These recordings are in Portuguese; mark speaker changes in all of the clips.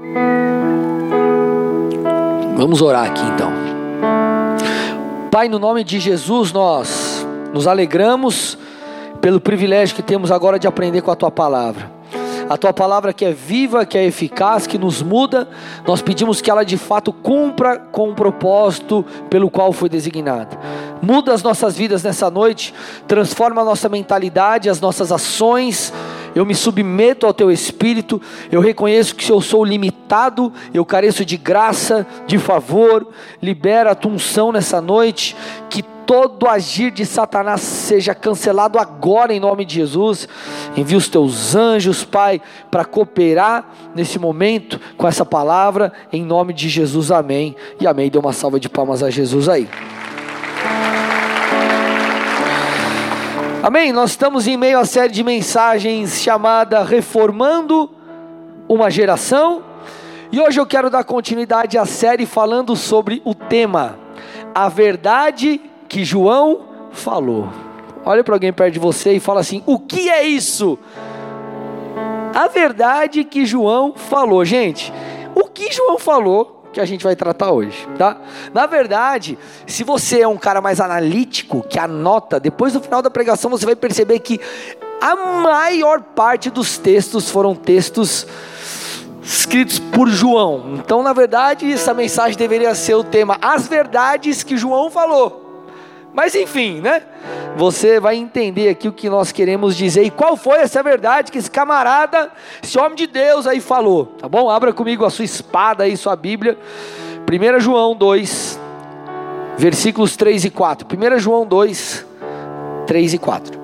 Speaker 1: Vamos orar aqui então. Pai, no nome de Jesus, nós nos alegramos pelo privilégio que temos agora de aprender com a Tua Palavra. A Tua Palavra que é viva, que é eficaz, que nos muda, nós pedimos que ela de fato cumpra com o propósito pelo qual foi designada. Muda as nossas vidas nessa noite, transforma a nossa mentalidade, as nossas ações. Eu me submeto ao Teu Espírito, eu reconheço que eu sou limitado, eu careço de graça, de favor. Libera a Tua unção nessa noite, que todo agir de Satanás seja cancelado agora em nome de Jesus. Envia os Teus anjos, Pai, para cooperar nesse momento com essa palavra, em nome de Jesus, amém e amém. Dê uma salva de palmas a Jesus aí. Amém, nós estamos em meio à série de mensagens chamada Reformando uma Geração, e hoje eu quero dar continuidade à série falando sobre o tema, a verdade que João falou. Olha para alguém perto de você e fala assim: o que é isso? A verdade que João falou. Gente, o que João falou que a gente vai tratar hoje, tá? Na verdade, se você é um cara mais analítico, que anota, depois do final da pregação você vai perceber que a maior parte dos textos foram textos escritos por João. Então, na verdade, essa mensagem deveria ser o tema, as verdades que João falou. Mas enfim, né? Você vai entender aqui o que nós queremos dizer e qual foi essa verdade que esse camarada, esse homem de Deus aí falou, tá bom? Abra comigo a sua espada aí, sua Bíblia, 1 João 2, versículos 3 e 4. 1 João 2, 3 e 4.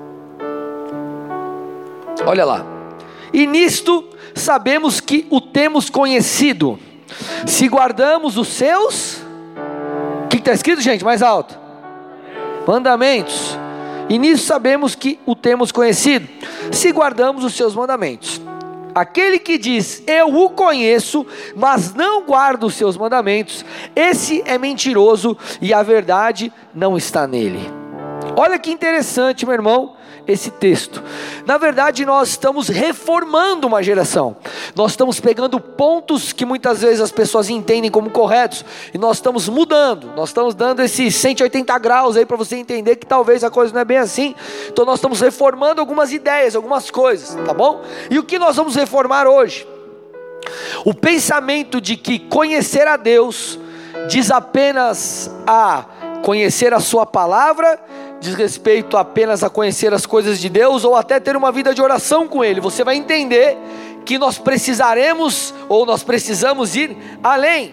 Speaker 1: Olha lá. E nisto sabemos que o temos conhecido, se guardamos os seus... O que está escrito, gente? Mais alto. Mandamentos. E nisso sabemos que o temos conhecido, se guardamos os seus mandamentos. Aquele que diz, eu o conheço, mas não guarda os seus mandamentos, esse é mentiroso e a verdade não está nele. Olha que interessante, meu irmão, esse texto. Na verdade, nós estamos reformando uma geração. Nós estamos pegando pontos que muitas vezes as pessoas entendem como corretos e nós estamos mudando. Nós estamos dando esses 180 graus aí para você entender que talvez a coisa não é bem assim. Então nós estamos reformando algumas ideias, algumas coisas, tá bom? E o que nós vamos reformar hoje? O pensamento de que conhecer a Deus diz apenas a conhecer a sua palavra, diz respeito apenas a conhecer as coisas de Deus, ou até ter uma vida de oração com Ele. Você vai entender que nós precisaremos, ou nós precisamos ir além,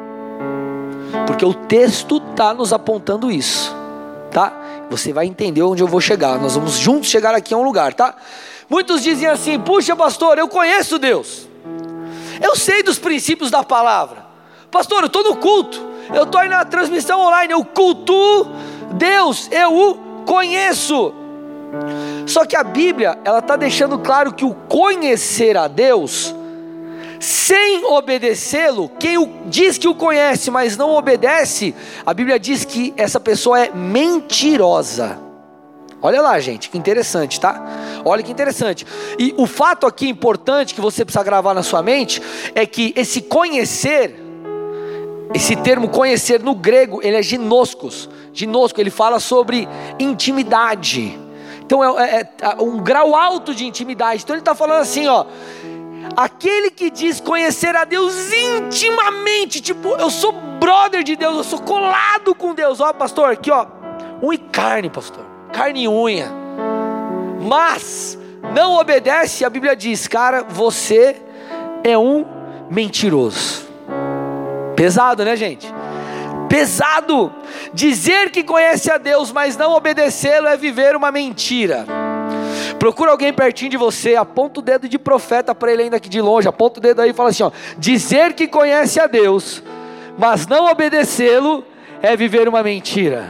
Speaker 1: porque o texto está nos apontando isso, tá? Você vai entender onde eu vou chegar, nós vamos juntos chegar aqui a um lugar, tá? Muitos dizem assim, puxa pastor, eu conheço Deus, eu sei dos princípios da palavra, pastor, eu estou no culto, eu estou aí na transmissão online, eu cultuo Deus, eu o conheço. Só que a Bíblia, ela está deixando claro que o conhecer a Deus, sem obedecê-lo, quem diz que o conhece, mas não obedece, a Bíblia diz que essa pessoa é mentirosa. Olha lá, gente, que interessante, tá? Olha que interessante. E o fato aqui importante que você precisa gravar na sua mente é que esse conhecer, esse termo conhecer no grego, ele é ginoskos. Ginosko, ele fala sobre intimidade. Então é um grau alto de intimidade. Então ele está falando assim, ó, aquele que diz conhecer a Deus intimamente, tipo, eu sou brother de Deus, eu sou colado com Deus. Ó, pastor, aqui ó, unha e carne, pastor, carne e unha, mas não obedece, a Bíblia diz, cara, você é um mentiroso. Pesado, né, gente? Pesado. Dizer que conhece a Deus, mas não obedecê-lo é viver uma mentira. Procura alguém pertinho de você, aponta o dedo de profeta para ele ainda aqui de longe, aponta o dedo aí e fala assim, ó, dizer que conhece a Deus, mas não obedecê-lo é viver uma mentira.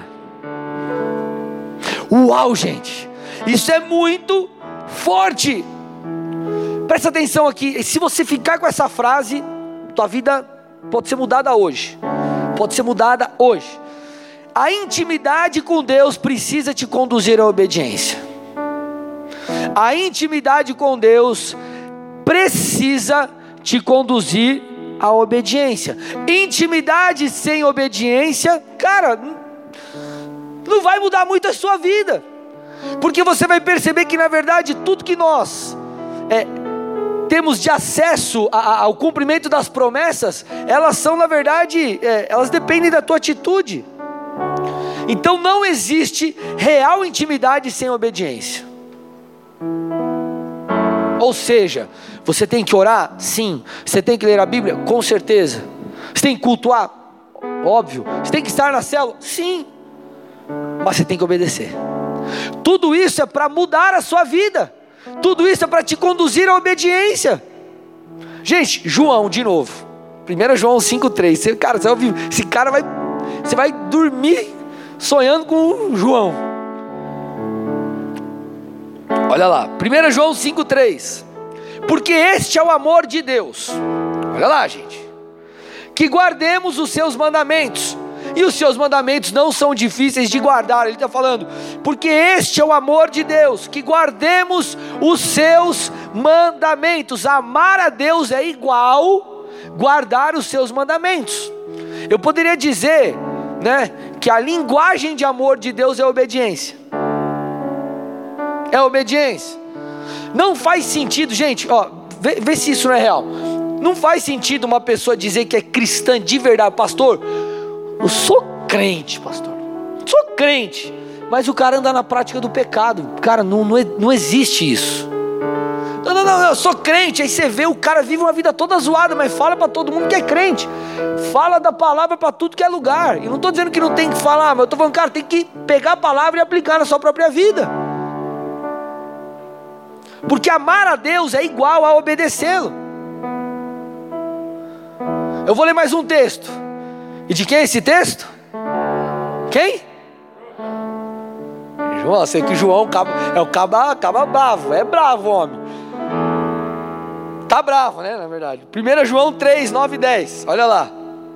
Speaker 1: Uau, gente, isso é muito forte. Presta atenção aqui, se você ficar com essa frase, tua vida pode ser mudada hoje. Pode ser mudada hoje. A intimidade com Deus precisa te conduzir à obediência. A intimidade com Deus precisa te conduzir a obediência. Intimidade sem obediência, cara, não vai mudar muito a sua vida, porque você vai perceber que na verdade tudo que nós temos de acesso ao cumprimento das promessas, elas são na verdade, elas dependem da tua atitude. Então não existe real intimidade sem obediência. Ou seja, você tem que orar? Sim. Você tem que ler a Bíblia? Com certeza. Você tem que cultuar? Óbvio. Você tem que estar na célula? Sim. Mas você tem que obedecer. Tudo isso é para mudar a sua vida. Tudo isso é para te conduzir à obediência. Gente, João de novo. 1 João 5,3. Cara, você vai ouvir, esse cara você vai dormir sonhando com João. Olha lá, 1 João 5,3. Porque este é o amor de Deus. Olha lá, gente. Que guardemos os seus mandamentos. E os seus mandamentos não são difíceis de guardar. Ele está falando, porque este é o amor de Deus, que guardemos os seus mandamentos. Amar a Deus é igual guardar os seus mandamentos. Eu poderia dizer, né, que a linguagem de amor de Deus é obediência. É obediência. Não faz sentido, gente, ó, vê se isso não é real. Não faz sentido uma pessoa dizer que é cristã de verdade. Pastor, eu sou crente, pastor, sou crente, mas o cara anda na prática do pecado. Cara, não existe isso. Não, eu sou crente. Aí você vê, o cara vive uma vida toda zoada, mas fala para todo mundo que é crente, fala da palavra para tudo que é lugar. E não estou dizendo que não tem que falar, mas eu estou falando, cara, tem que pegar a palavra e aplicar na sua própria vida. Porque amar a Deus é igual a obedecê-lo. Eu vou ler mais um texto. E de quem é esse texto? Quem? João. Sei que João é o caba bravo. É bravo, homem. Tá bravo, né, na verdade. 1 João 3, 9 e 10. Olha lá.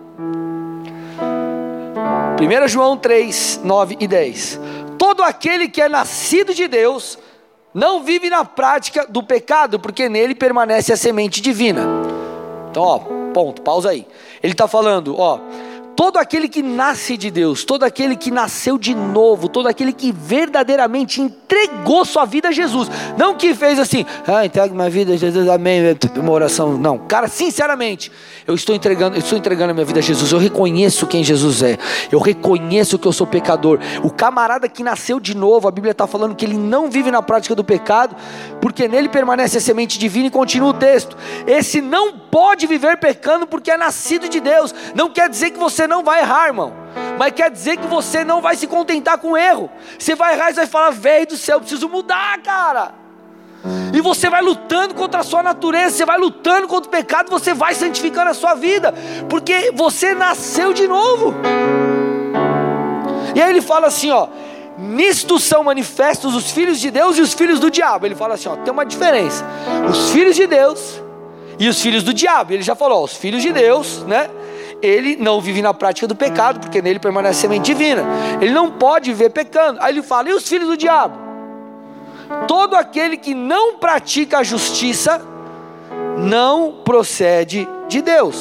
Speaker 1: 1 João 3, 9 e 10. Todo aquele que é nascido de Deus não vive na prática do pecado, porque nele permanece a semente divina. Então, ó, ponto, pausa aí. Ele está falando, ó, todo aquele que nasce de Deus, todo aquele que nasceu de novo, todo aquele que verdadeiramente entregou sua vida a Jesus, não que fez assim, entregue minha vida a Jesus, amém, uma oração, não, cara, sinceramente, eu estou entregando a minha vida a Jesus, eu reconheço quem Jesus é, eu reconheço que eu sou pecador. O camarada que nasceu de novo, a Bíblia está falando que ele não vive na prática do pecado, porque nele permanece a semente divina, e continua o texto, esse não pode viver pecando porque é nascido de Deus. Não quer dizer que você não vai errar, irmão, mas quer dizer que você não vai se contentar com o erro. Você vai errar e vai falar, velho do céu, eu preciso mudar, cara. E você vai lutando contra a sua natureza, você vai lutando contra o pecado, você vai santificando a sua vida, porque você nasceu de novo. E aí ele fala assim, ó, nisto são manifestos os filhos de Deus e os filhos do diabo. Ele fala assim, ó, tem uma diferença, os filhos de Deus e os filhos do diabo. Ele já falou, ó, os filhos de Deus, né, ele não vive na prática do pecado, porque nele permanece a semente divina, ele não pode viver pecando. Aí ele fala, e os filhos do diabo? Todo aquele que não pratica a justiça não procede de Deus.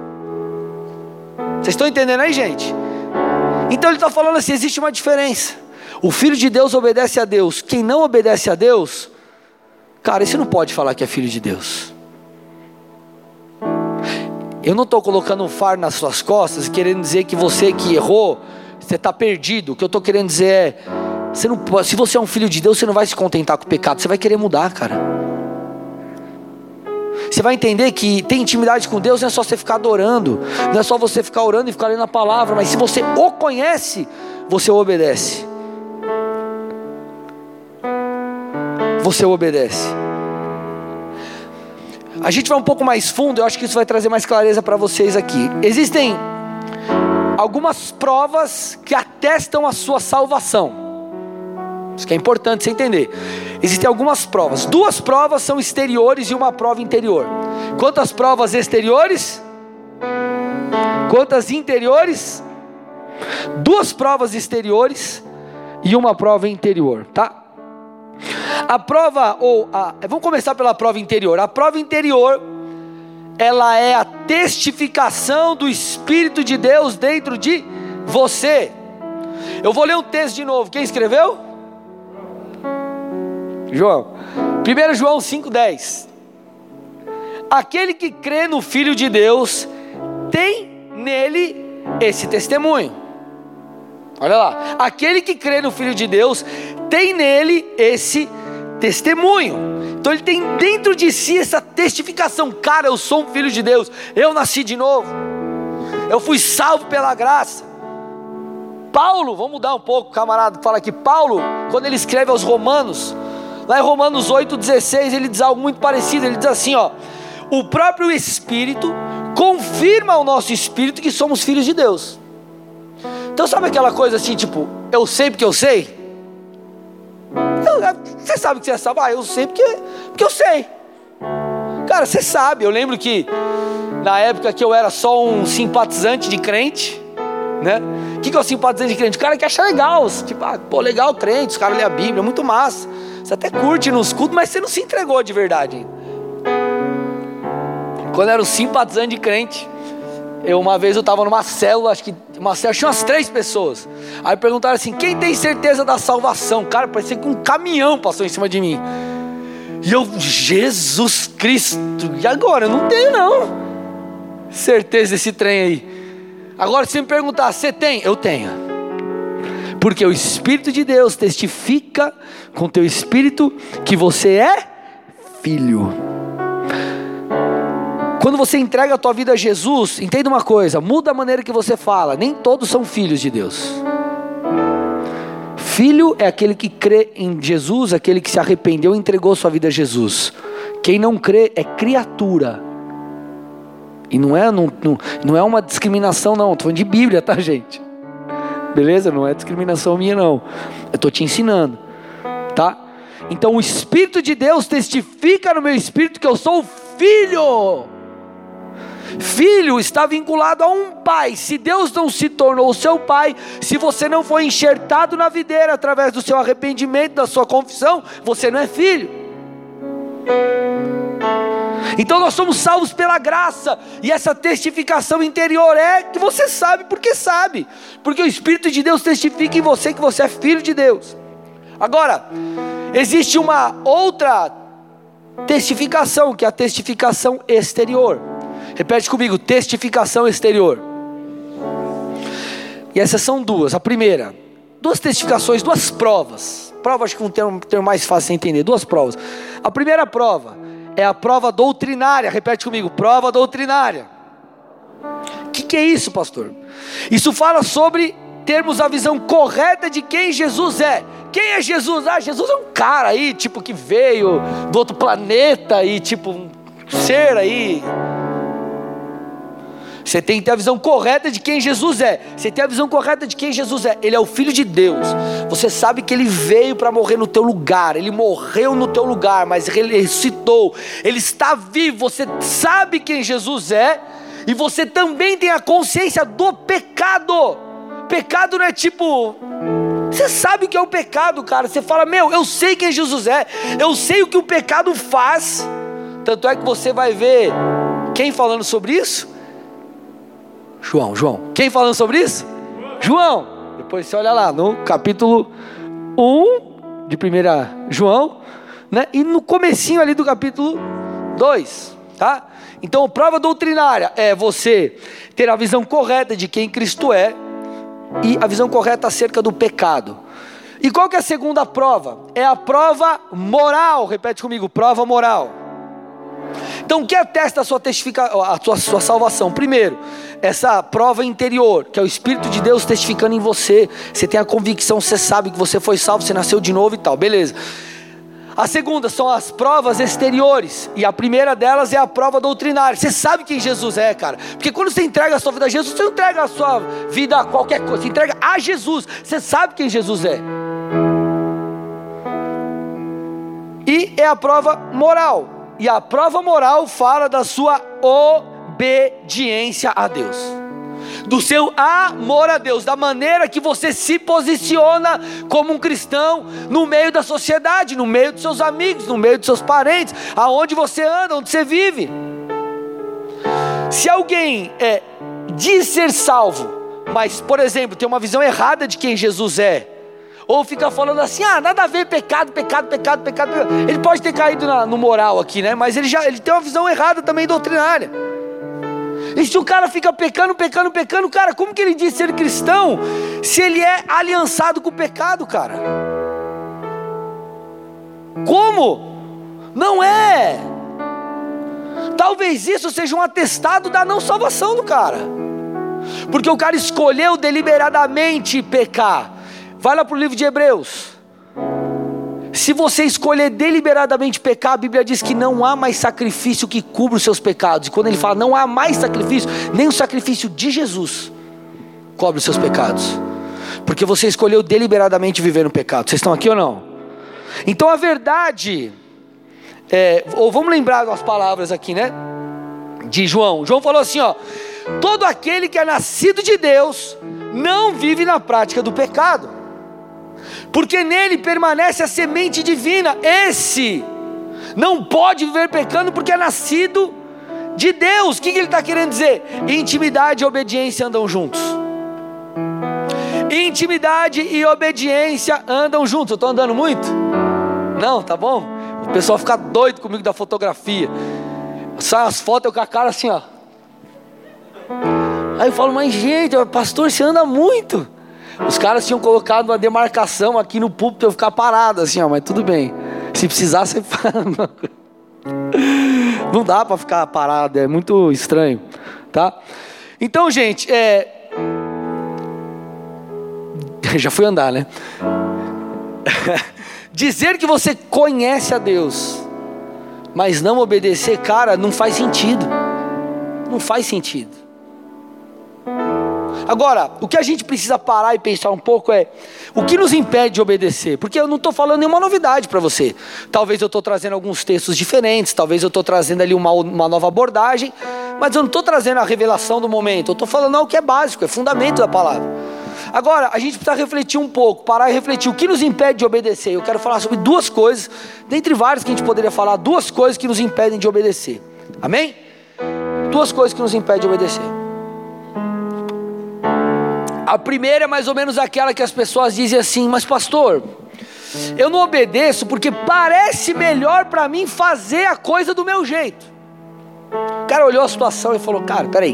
Speaker 1: Vocês estão entendendo aí, gente? Então ele está falando assim, existe uma diferença. O filho de Deus obedece a Deus. Quem não obedece a Deus, cara, esse não pode falar que é filho de Deus. Eu não estou colocando um fardo nas suas costas, querendo dizer que você que errou, você está perdido. O que eu estou querendo dizer é, se você é um filho de Deus, você não vai se contentar com o pecado, você vai querer mudar, cara. Você vai entender que ter intimidade com Deus não é só você ficar adorando, não é só você ficar orando e ficar lendo a palavra, mas se você o conhece, você o obedece. Você o obedece. A gente vai um pouco mais fundo, eu acho que isso vai trazer mais clareza para vocês aqui. Existem algumas provas que atestam a sua salvação. Isso que é importante você entender. Existem algumas provas. 2 provas são exteriores e uma prova interior. Quantas provas exteriores? Quantas interiores? 2 provas exteriores e uma prova interior, tá? A prova, vamos começar pela prova interior. A prova interior ela é a testificação do Espírito de Deus dentro de você. Eu vou ler um texto de novo. Quem escreveu? João. 1 João 5,10. Aquele que crê no Filho de Deus tem nele esse testemunho. Olha lá. Aquele que crê no Filho de Deus tem nele esse testemunho. Então ele tem dentro de si essa testificação. Cara, eu sou um filho de Deus. Eu nasci de novo. Eu fui salvo pela graça. Paulo, vamos mudar um pouco, camarada, fala aqui. Paulo, quando ele escreve aos Romanos, lá em Romanos 8,16, ele diz algo muito parecido. Ele diz assim, ó: o próprio Espírito confirma ao nosso espírito que somos filhos de Deus. Então sabe aquela coisa assim, tipo, eu sei porque eu sei? Você sabe que você sabe? Eu sei porque eu sei. Cara, você sabe. Eu lembro que na época que eu era só um simpatizante de crente, né? O que é o simpatizante de crente? O cara que acha legal, tipo, legal crente, os caras lêem a Bíblia, muito massa. Você até curte nos cultos, mas você não se entregou de verdade ainda. Quando eu era um simpatizante de crente, uma vez eu estava numa célula, acho que uma célula tinha umas 3 pessoas. Aí perguntaram assim: quem tem certeza da salvação? Cara, parecia que um caminhão passou em cima de mim. E eu, Jesus Cristo, e agora? Eu não tenho não certeza desse trem aí. Agora se me perguntar, você tem? Eu tenho. Porque o Espírito de Deus testifica com o teu espírito que você é filho. Quando você entrega a tua vida a Jesus, entenda uma coisa, muda a maneira que você fala. Nem todos são filhos de Deus. Filho é aquele que crê em Jesus, aquele que se arrependeu e entregou sua vida a Jesus. Quem não crê é criatura. E não é uma discriminação não, estou falando de Bíblia, tá, gente? Beleza? Não é discriminação minha não. Eu estou te ensinando, tá? Então o Espírito de Deus testifica no meu espírito que eu sou filho. Filho está vinculado a um pai. Se Deus não se tornou o seu pai, se você não foi enxertado na videira através do seu arrependimento, da sua confissão, você não é filho. Então nós somos salvos pela graça. E essa testificação interior é que você sabe porque o Espírito de Deus testifica em você que você é filho de Deus. Agora, existe uma outra testificação, que é a testificação exterior. Repete comigo: testificação exterior. E essas são duas. A primeira, 2 testificações, 2 provas. Prova, acho que é um termo mais fácil de entender. 2 provas. A primeira prova é a prova doutrinária. Repete comigo: prova doutrinária. O que é isso, pastor? Isso fala sobre termos a visão correta de quem Jesus é. Quem é Jesus? Jesus é um cara aí, tipo, que veio do outro planeta e tipo, um ser aí. Você tem que ter a visão correta de quem Jesus é. Você tem a visão correta de quem Jesus é. Ele é o Filho de Deus. Você sabe que Ele veio para morrer no teu lugar. Ele morreu no teu lugar, mas Ele ressuscitou. Ele está vivo. Você sabe quem Jesus é. E você também tem a consciência do pecado. Pecado não é tipo... Você sabe o que é o pecado, cara. Você fala: eu sei quem Jesus é. Eu sei o que o pecado faz. Tanto é que você vai ver quem falando sobre isso? João. Quem falando sobre isso? João. Depois você olha lá no capítulo 1 de 1 João, né? E no comecinho ali do capítulo 2, tá? Então, prova doutrinária é você ter a visão correta de quem Cristo é e a visão correta acerca do pecado. E qual que é a segunda prova? É a prova moral. Repete comigo: prova moral. Então o que atesta a sua salvação? Primeiro, essa prova interior, que é o Espírito de Deus testificando em você. Você tem a convicção, você sabe que você foi salvo, você nasceu de novo e tal, beleza. A segunda são as provas exteriores. E a primeira delas é a prova doutrinária. Você sabe quem Jesus é, cara. Porque quando você entrega a sua vida a Jesus, você não entrega a sua vida a qualquer coisa, você entrega a Jesus. Você sabe quem Jesus é. E é a prova moral. E a prova moral fala da sua obediência a Deus, do seu amor a Deus, da maneira que você se posiciona como um cristão no meio da sociedade, no meio dos seus amigos, no meio dos seus parentes, aonde você anda, onde você vive. Se alguém diz ser salvo, mas, por exemplo, tem uma visão errada de quem Jesus é, ou fica falando assim, nada a ver, pecado, ele pode ter caído no moral aqui, né? Mas ele tem uma visão errada também doutrinária. E se o cara fica pecando, cara, como que ele diz ser cristão, se ele é aliançado com o pecado, cara? Como? Não é. Talvez isso seja um atestado da não salvação do cara, porque o cara escolheu deliberadamente pecar. Vai lá para o livro de Hebreus. Se você escolher deliberadamente pecar, a Bíblia diz que não há mais sacrifício que cubra os seus pecados. E quando ele fala não há mais sacrifício, nem o sacrifício de Jesus cobre os seus pecados, porque você escolheu deliberadamente viver no pecado. Vocês estão aqui ou não? Então a verdade ou vamos lembrar as palavras aqui, né? De João. João falou assim, todo aquele que é nascido de Deus não vive na prática do pecado, porque nele permanece a semente divina. Esse não pode viver pecando porque é nascido de Deus. O que ele está querendo dizer? Intimidade e obediência andam juntos. Intimidade e obediência andam juntos. Eu estou andando muito? Não, tá bom? O pessoal fica doido comigo da fotografia. Sai as fotos, eu com a cara assim, Aí eu falo, mas gente, pastor, você anda muito. Os caras tinham colocado uma demarcação aqui no púlpito, eu ficar parado assim, mas tudo bem. Se precisar, você fala. Não dá para ficar parado, é muito estranho, tá? Então, gente, já fui andar, né? Dizer que você conhece a Deus, mas não obedecer, cara, não faz sentido. Não faz sentido. Agora, o que a gente precisa parar e pensar um pouco é o que nos impede de obedecer. Porque eu não estou falando nenhuma novidade para você. Talvez eu estou trazendo alguns textos diferentes, talvez eu estou trazendo ali uma nova abordagem, mas eu não estou trazendo a revelação do momento. Eu estou falando algo que é básico, é fundamento da palavra. Agora, a gente precisa refletir um pouco, parar e refletir o que nos impede de obedecer. Eu quero falar sobre duas coisas, dentre várias que a gente poderia falar, duas coisas que nos impedem de obedecer. Amém? Duas coisas que nos impedem de obedecer. A primeira é mais ou menos aquela que as pessoas dizem assim, mas pastor, eu não obedeço porque parece melhor para mim fazer a coisa do meu jeito. O cara olhou a situação e falou, cara, peraí,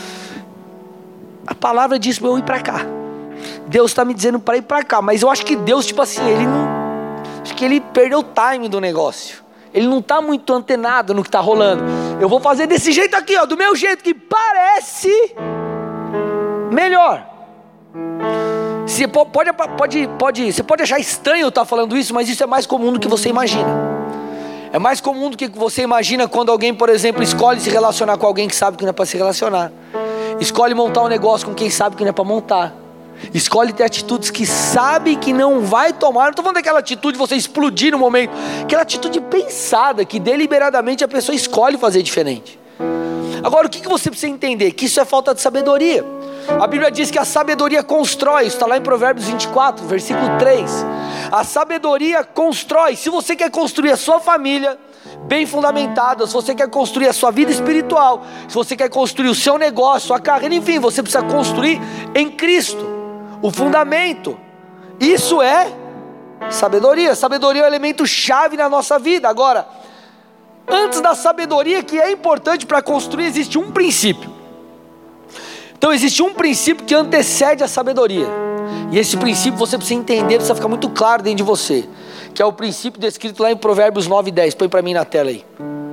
Speaker 1: a palavra diz para eu ir para cá, Deus está me dizendo para ir para cá, mas eu acho que Deus, tipo assim, acho que ele perdeu o time do negócio, ele não está muito antenado no que está rolando. Eu vou fazer desse jeito aqui, do meu jeito, que parece melhor. Você pode achar estranho eu estar falando isso, mas isso é mais comum do que você imagina. É mais comum do que você imagina quando alguém, por exemplo, escolhe se relacionar com alguém que sabe que não é para se relacionar. Escolhe montar um negócio com quem sabe que não é para montar. Escolhe ter atitudes que sabe que não vai tomar. Não estou falando daquela atitude de você explodir no momento. Aquela atitude pensada, que deliberadamente a pessoa escolhe fazer diferente. Agora, o que você precisa entender? Que isso é falta de sabedoria. A Bíblia diz que a sabedoria constrói. Isso está lá em Provérbios 24, versículo 3. A sabedoria constrói. Se você quer construir a sua família bem fundamentada, se você quer construir a sua vida espiritual, se você quer construir o seu negócio, sua carreira, enfim, você precisa construir em Cristo o fundamento. Isso é sabedoria. Sabedoria é um elemento chave na nossa vida. Agora, antes da sabedoria, que é importante para construir, existe um princípio. Então existe um princípio que antecede a sabedoria, e esse princípio você precisa entender, precisa ficar muito claro dentro de você, que é o princípio descrito lá em Provérbios 9:10. Põe para mim na tela aí.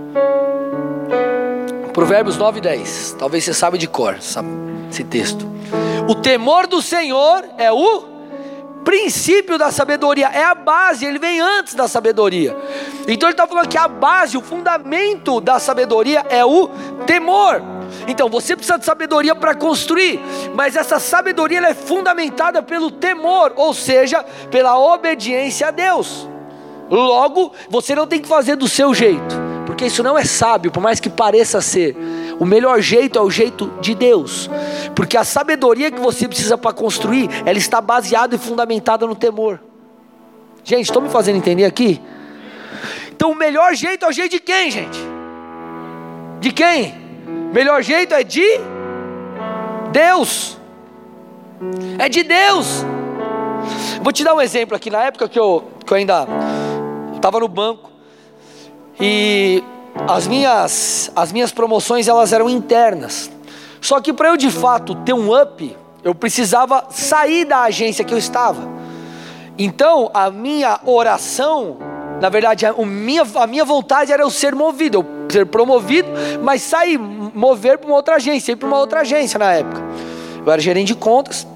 Speaker 1: Provérbios 9:10. Talvez você saiba de cor esse texto. O temor do Senhor é o princípio da sabedoria, é a base, ele vem antes da sabedoria. Então ele está falando que a base, o fundamento da sabedoria é o temor. Então você precisa de sabedoria para construir, mas essa sabedoria ela é fundamentada pelo temor, ou seja, pela obediência a Deus. Logo, você não tem que fazer do seu jeito, porque isso não é sábio, por mais que pareça ser. O melhor jeito é o jeito de Deus, porque a sabedoria que você precisa para construir, ela está baseada e fundamentada no temor. Gente, estão me fazendo entender aqui? Então o melhor jeito é o jeito de quem, gente? De quem? Melhor jeito é de Deus. É de Deus. Vou te dar um exemplo aqui. Na época que eu ainda estava no banco, e as minhas promoções, elas eram internas. Só que para eu de fato ter um up, eu precisava sair da agência que eu estava. Então a minha oração, na verdade a minha vontade era eu ser movido, eu ser promovido, mas sair, mover para uma outra agência, ir para uma outra agência na época. Eu era gerente de contas.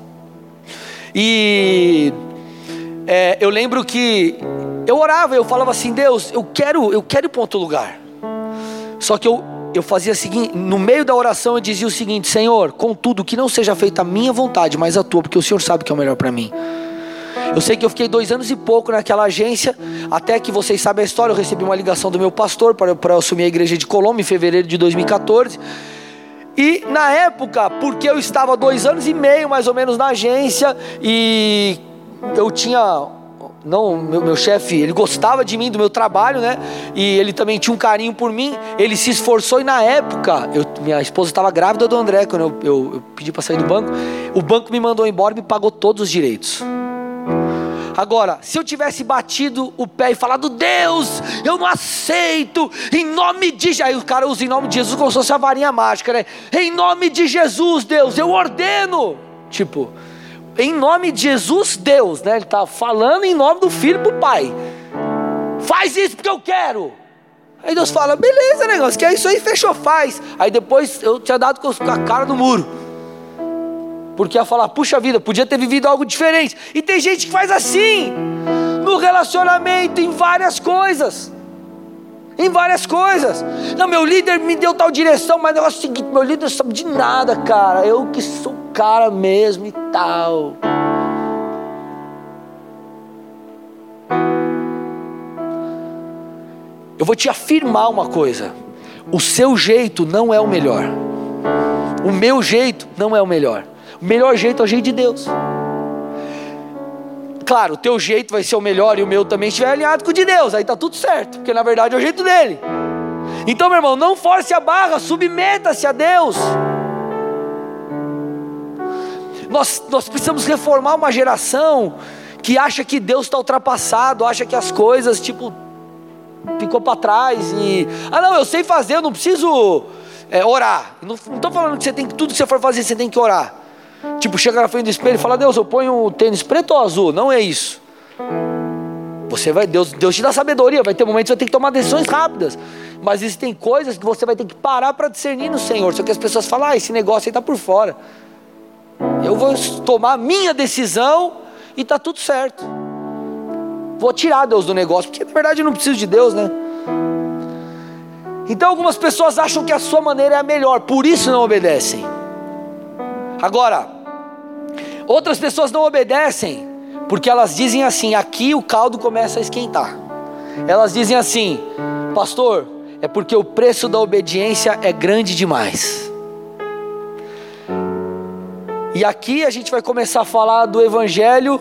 Speaker 1: E eu lembro que eu orava, eu falava assim: Deus, eu quero ir para outro lugar. Só que eu fazia o seguinte, no meio da oração eu dizia o seguinte: Senhor, contudo, que não seja feita a minha vontade, mas a tua, porque o Senhor sabe o que é o melhor para mim. Eu sei que eu fiquei 2 anos e pouco naquela agência, até que vocês sabem a história. Eu recebi uma ligação do meu pastor para eu assumir a igreja de Colômbia em fevereiro de 2014. E na época, porque eu estava 2 anos e meio mais ou menos na agência, e eu tinha... meu chefe, ele gostava de mim, do meu trabalho, né? E ele também tinha um carinho por mim. Ele se esforçou, e na época minha esposa estava grávida do André. Quando eu pedi para sair do banco, o banco me mandou embora e me pagou todos os direitos. Agora, se eu tivesse batido o pé e falado: Deus, eu não aceito, em nome de Jesus. Aí o cara usa em nome de Jesus como se fosse a varinha mágica, né? Em nome de Jesus, Deus, eu ordeno. Tipo, em nome de Jesus, Deus, né? Ele está falando em nome do Filho para o Pai. Faz isso porque eu quero. Aí Deus fala: beleza, negócio, que é isso aí, fechou, faz. Aí depois eu tinha dado com a cara no muro, porque ia falar: puxa vida, podia ter vivido algo diferente. E tem gente que faz assim, no relacionamento, em várias coisas. Não, meu líder me deu tal direção, mas o negócio é o seguinte: meu líder não sabe de nada, cara, eu que sou o cara mesmo e tal. Eu vou te afirmar uma coisa: o seu jeito não é o melhor, o meu jeito não é o melhor. O melhor jeito é o jeito de Deus. Claro, o teu jeito vai ser o melhor e o meu também estiver alinhado com o de Deus. Aí está tudo certo, porque na verdade é o jeito dele. Então, meu irmão, não force a barra, submeta-se a Deus. Nós precisamos reformar uma geração que acha que Deus está ultrapassado, acha que as coisas, tipo, ficou para trás e... não, eu sei fazer, eu não preciso orar. Não estou falando que tudo que você for fazer, você tem que orar. Tipo, chega na frente do espelho e fala: Deus, eu ponho um tênis preto ou azul? Não é isso. Deus te dá sabedoria. Vai ter momentos que você vai ter que tomar decisões rápidas, mas existem coisas que você vai ter que parar para discernir no Senhor. Só que as pessoas falam: esse negócio aí está por fora. Eu vou tomar a minha decisão e está tudo certo. Vou tirar Deus do negócio, porque na verdade eu não preciso de Deus, né? Então algumas pessoas acham que a sua maneira é a melhor, por isso não obedecem. Agora, outras pessoas não obedecem porque elas dizem assim: aqui o caldo começa a esquentar. Elas dizem assim: pastor, é porque o preço da obediência é grande demais. E aqui a gente vai começar a falar do evangelho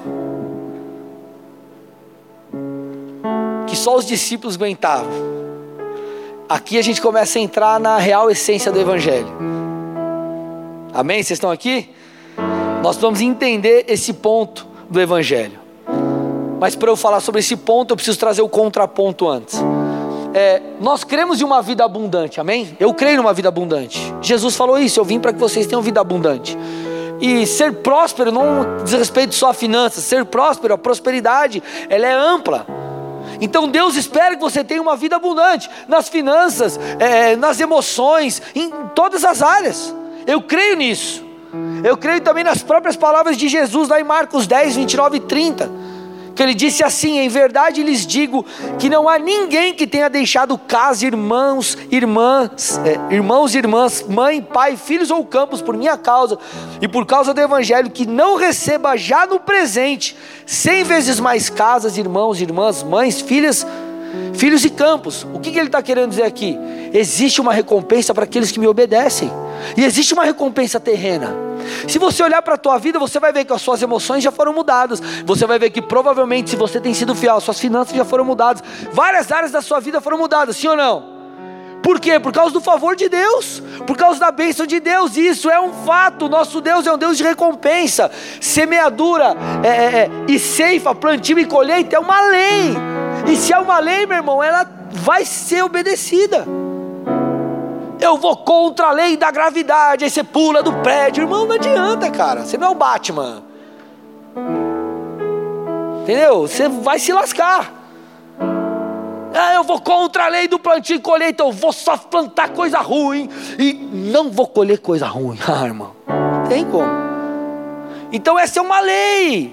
Speaker 1: que só os discípulos aguentavam. Aqui a gente começa a entrar na real essência do evangelho. Amém? Vocês estão aqui? Nós vamos entender esse ponto do evangelho. Mas para eu falar sobre esse ponto, eu preciso trazer o contraponto antes. Nós cremos em uma vida abundante, amém? Eu creio numa vida abundante. Jesus falou isso: eu vim para que vocês tenham vida abundante. E ser próspero não diz respeito só a finanças. Ser próspero, a prosperidade, ela é ampla. Então Deus espera que você tenha uma vida abundante nas finanças, nas emoções, em todas as áreas. Eu creio nisso. Eu creio também nas próprias palavras de Jesus lá em Marcos 10, 29 e 30, que ele disse assim: em verdade lhes digo que não há ninguém que tenha deixado casa, irmãos, irmãs, mãe, pai, filhos ou campos por minha causa e por causa do evangelho, que não receba já no presente 100 vezes mais casas, irmãos, irmãs, mães, filhos e campos. O que ele está querendo dizer aqui? Existe uma recompensa para aqueles que me obedecem, e existe uma recompensa terrena. Se você olhar para a tua vida, você vai ver que as suas emoções já foram mudadas. Você vai ver que provavelmente, se você tem sido fiel, as suas finanças já foram mudadas. Várias áreas da sua vida foram mudadas, sim ou não? Por quê? Por causa do favor de Deus, por causa da bênção de Deus. E isso é um fato. Nosso Deus é um Deus de recompensa. Semeadura e ceifa, plantio e colheita é uma lei. E se é uma lei, meu irmão, ela vai ser obedecida. Eu vou contra a lei da gravidade, aí você pula do prédio. Irmão, não adianta, cara. Você não é o Batman. Entendeu? Você vai se lascar. Eu vou contra a lei do plantio e colheita. Eu vou só plantar coisa ruim e não vou colher coisa ruim. Irmão, não tem como. Então essa é uma lei.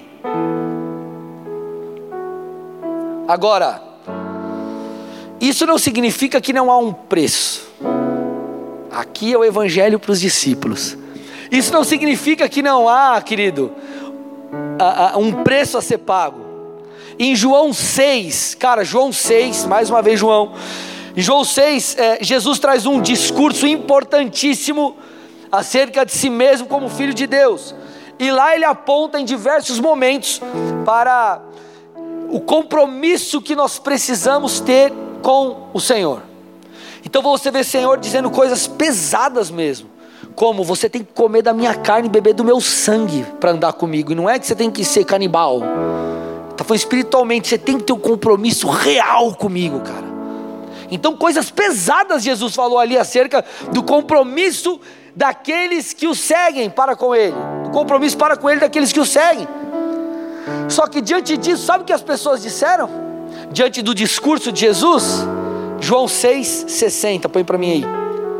Speaker 1: Agora, isso não significa que não há um preço. Aqui é o evangelho para os discípulos. Isso não significa que não há, querido, um preço a ser pago. Em João 6, cara, João 6, mais uma vez João. Em João 6, Jesus traz um discurso importantíssimo acerca de si mesmo como Filho de Deus. E lá ele aponta em diversos momentos para o compromisso que nós precisamos ter com o Senhor. Então você vê o Senhor dizendo coisas pesadas mesmo, como você tem que comer da minha carne e beber do meu sangue para andar comigo. E não é que você tem que ser canibal. Tá falando espiritualmente, você tem que ter um compromisso real comigo, cara. Então coisas pesadas Jesus falou ali acerca do compromisso daqueles que o seguem para com Ele. Do compromisso para com Ele daqueles que o seguem. Só que diante disso, sabe o que as pessoas disseram? Diante do discurso de Jesus? João 6,60, põe para mim aí.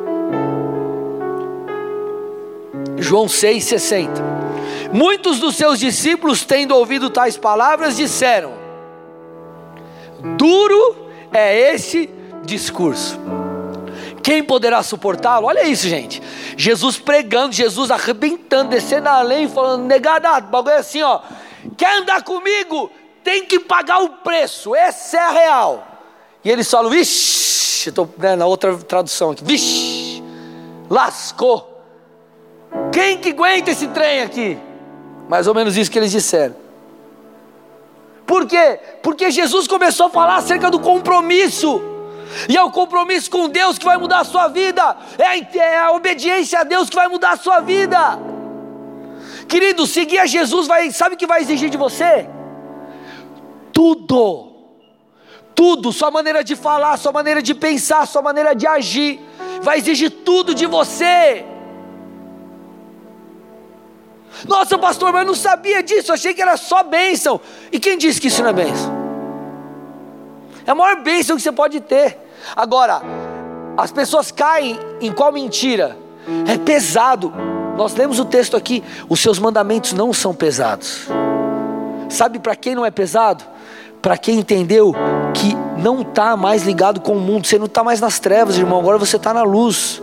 Speaker 1: João 6,60. Muitos dos seus discípulos, tendo ouvido tais palavras, disseram: duro é esse discurso, quem poderá suportá-lo? Olha isso, gente. Jesus pregando, Jesus arrebentando, descendo a lei, falando: negada, bagulho é assim, ó. Quer andar comigo? Tem que pagar o preço, essa é a real. E eles falam: vixe, estou na outra tradução aqui, vixe, lascou. Quem que aguenta esse trem aqui? Mais ou menos isso que eles disseram. Por quê? Porque Jesus começou a falar acerca do compromisso. E é o compromisso com Deus que vai mudar a sua vida. É a obediência a Deus que vai mudar a sua vida. Querido, seguir a Jesus sabe o que vai exigir de você? Tudo. Tudo, sua maneira de falar, sua maneira de pensar, sua maneira de agir, vai exigir tudo de você. Nossa, pastor, mas eu não sabia disso, eu achei que era só bênção. E quem disse que isso não é bênção? É a maior bênção que você pode ter. Agora, as pessoas caem em qual mentira? É pesado. Nós lemos o texto aqui: os seus mandamentos não são pesados. Sabe para quem não é pesado? Para quem entendeu que não está mais ligado com o mundo. Você não está mais nas trevas, irmão, agora você está na luz.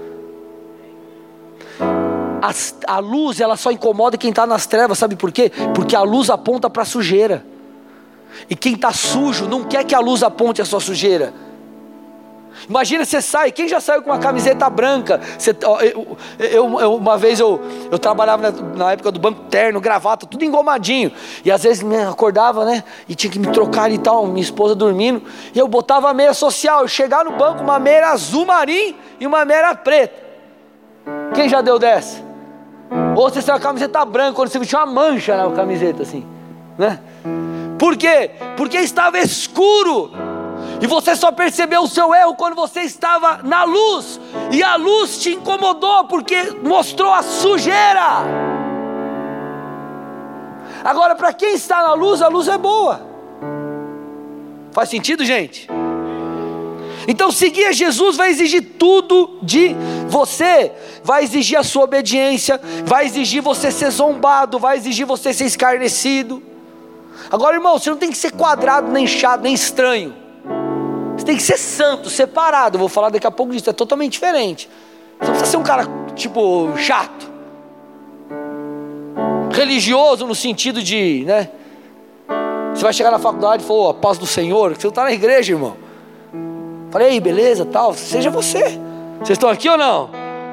Speaker 1: A luz, ela só incomoda quem está nas trevas, sabe por quê? Porque a luz aponta para a sujeira. E quem está sujo não quer que a luz aponte a sua sujeira. Imagina, você sai, quem já saiu com uma camiseta branca? Uma vez eu trabalhava na época do banco, terno, gravata, tudo engomadinho. E às vezes me acordava, né? E tinha que me trocar e tal, minha esposa dormindo. E eu botava a meia social, eu chegava no banco, uma meia azul marinho e uma meia preta. Quem já deu dessa? Ou você saiu com a camiseta branca, quando você tinha uma mancha na camiseta assim, né? Por quê? Porque estava escuro. E você só percebeu o seu erro quando você estava na luz. E a luz te incomodou porque mostrou a sujeira. Agora, para quem está na luz, a luz é boa. Faz sentido, gente? Então seguir a Jesus vai exigir tudo de você. Vai exigir a sua obediência, vai exigir você ser zombado, vai exigir você ser escarnecido. Agora, irmão, você não tem que ser quadrado, nem chato, nem estranho. Você tem que ser santo, separado. Eu vou falar daqui a pouco disso, é totalmente diferente. Você não precisa ser um cara, tipo, chato, religioso no sentido de, né? Você vai chegar na faculdade e falar: a paz do Senhor. Você não está na igreja, irmão. Falei: beleza, tal, seja você. Vocês estão aqui ou não?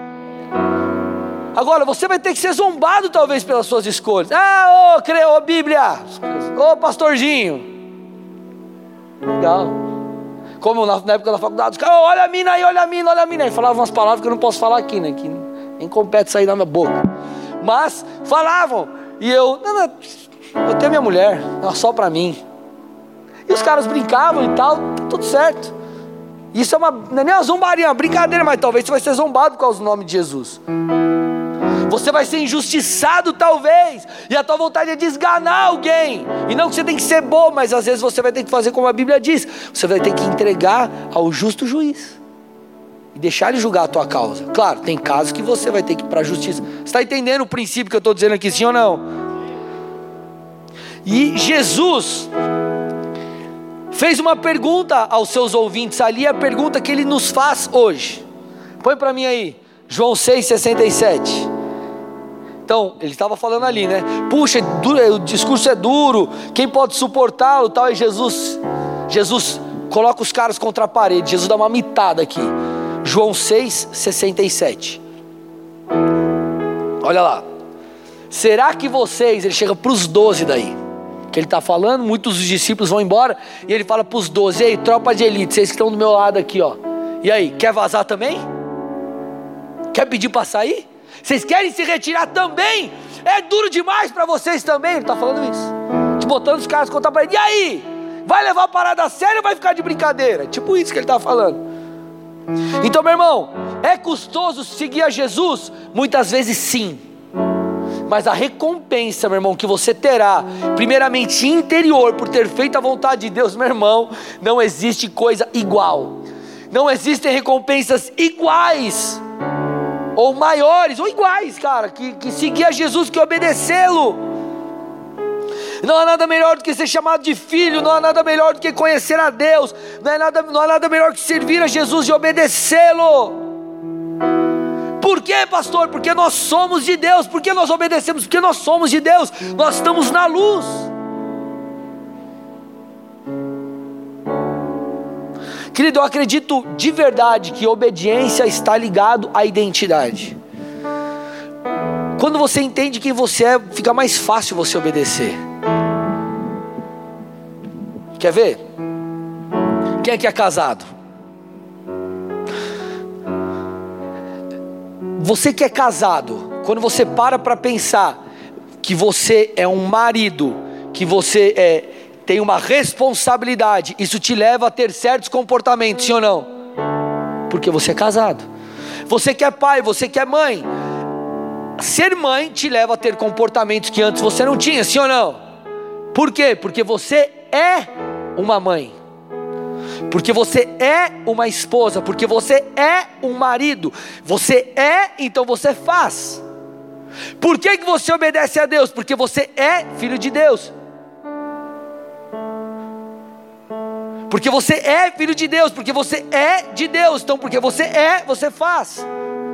Speaker 1: Agora, você vai ter que ser zombado talvez pelas suas escolhas. Ô Bíblia, ô pastorzinho. Legal. Como na época da faculdade, os caras, olha a mina aí, olha a mina, olha a mina. Aí falavam umas palavras que eu não posso falar aqui, né? Que nem compete sair da minha boca. Mas falavam. E eu tenho minha mulher, só pra mim. E os caras brincavam e tal, tá tudo certo. Isso não é nem uma zombaria, é uma brincadeira, mas talvez você vai ser zombado por causa do nome de Jesus. Você vai ser injustiçado talvez, e a tua vontade é desganar alguém, e não que você tem que ser bom, mas às vezes você vai ter que fazer como a Bíblia diz, você vai ter que entregar ao justo juiz, e deixar ele julgar a tua causa. Claro, tem casos que você vai ter que ir para a justiça. Você está entendendo o princípio que eu estou dizendo aqui, sim ou não? E Jesus fez uma pergunta aos seus ouvintes ali, a pergunta que ele nos faz hoje. Põe para mim aí, João 6,67. Então, ele estava falando ali, né? Puxa, o discurso é duro, quem pode suportá-lo, tal. E Jesus coloca os caras contra a parede. Jesus dá uma mitada aqui. João 6,67. Olha lá. Será que vocês, ele chega para os 12 daí, que ele está falando, muitos dos discípulos vão embora, e ele fala para os 12, ei, tropa de elite, vocês que estão do meu lado aqui, ó. E aí, quer vazar também? Quer pedir para sair? Vocês querem se retirar também? É duro demais para vocês também? Ele está falando isso, te botando os caras contra a parede. E aí? Vai levar a parada a sério ou vai ficar de brincadeira? Tipo isso que ele está falando. Então, meu irmão, é custoso seguir a Jesus? Muitas vezes sim. Mas a recompensa, meu irmão, que você terá, primeiramente interior, por ter feito a vontade de Deus, meu irmão, não existe coisa igual. Não existem recompensas iguais, ou maiores, ou iguais, cara, que seguir a Jesus, que obedecê-lo. Não há nada melhor do que ser chamado de filho, não há nada melhor do que conhecer a Deus, não há nada melhor que servir a Jesus e obedecê-lo. Por quê, pastor? Porque nós somos de Deus. Por que nós obedecemos? Porque nós somos de Deus, nós estamos na luz. Querido, eu acredito de verdade que obediência está ligado à identidade. Quando você entende quem você é, fica mais fácil você obedecer. Quer ver? Quem aqui é casado? Você que é casado, quando você para pensar que você é um marido, que você tem uma responsabilidade, isso te leva a ter certos comportamentos, sim ou não? Porque você é casado. Você que é pai, você que é mãe, ser mãe te leva a ter comportamentos que antes você não tinha, sim ou não? Por quê? Porque você é uma mãe, porque você é uma esposa, porque você é um marido, você é, então você faz. Por que você obedece a Deus? Porque você é filho de Deus. Porque você é filho de Deus, porque você é de Deus. Então porque você é, você faz.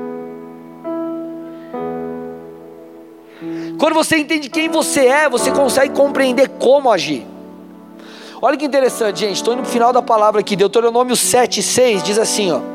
Speaker 1: Quando você entende quem você é, você consegue compreender como agir. Olha que interessante, gente, estou indo para o final da palavra aqui. Deuteronômio 7,6 diz assim, ó: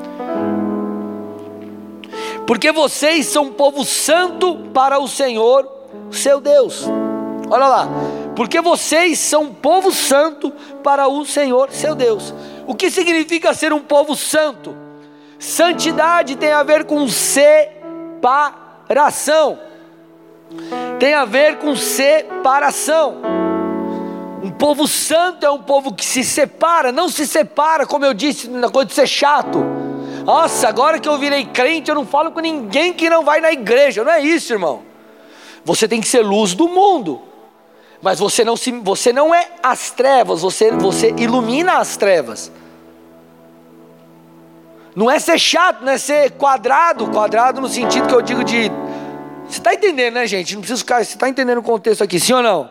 Speaker 1: porque vocês são um povo santo para o Senhor, seu Deus. Olha lá, porque vocês são um povo santo para o Senhor, seu Deus. O que significa ser um povo santo? Santidade tem a ver com separação. Tem a ver com separação. Um povo santo é um povo que se separa. Não se separa, como eu disse, na coisa de ser chato. Nossa, agora que eu virei crente, eu não falo com ninguém que não vai na igreja. Não é isso, irmão. Você tem que ser luz do mundo, mas você não é as trevas, você ilumina as trevas. Não é ser chato, não é ser quadrado no sentido que eu digo de... Você está entendendo, né, gente? Não precisa ficar... Você está entendendo o contexto aqui, sim ou não?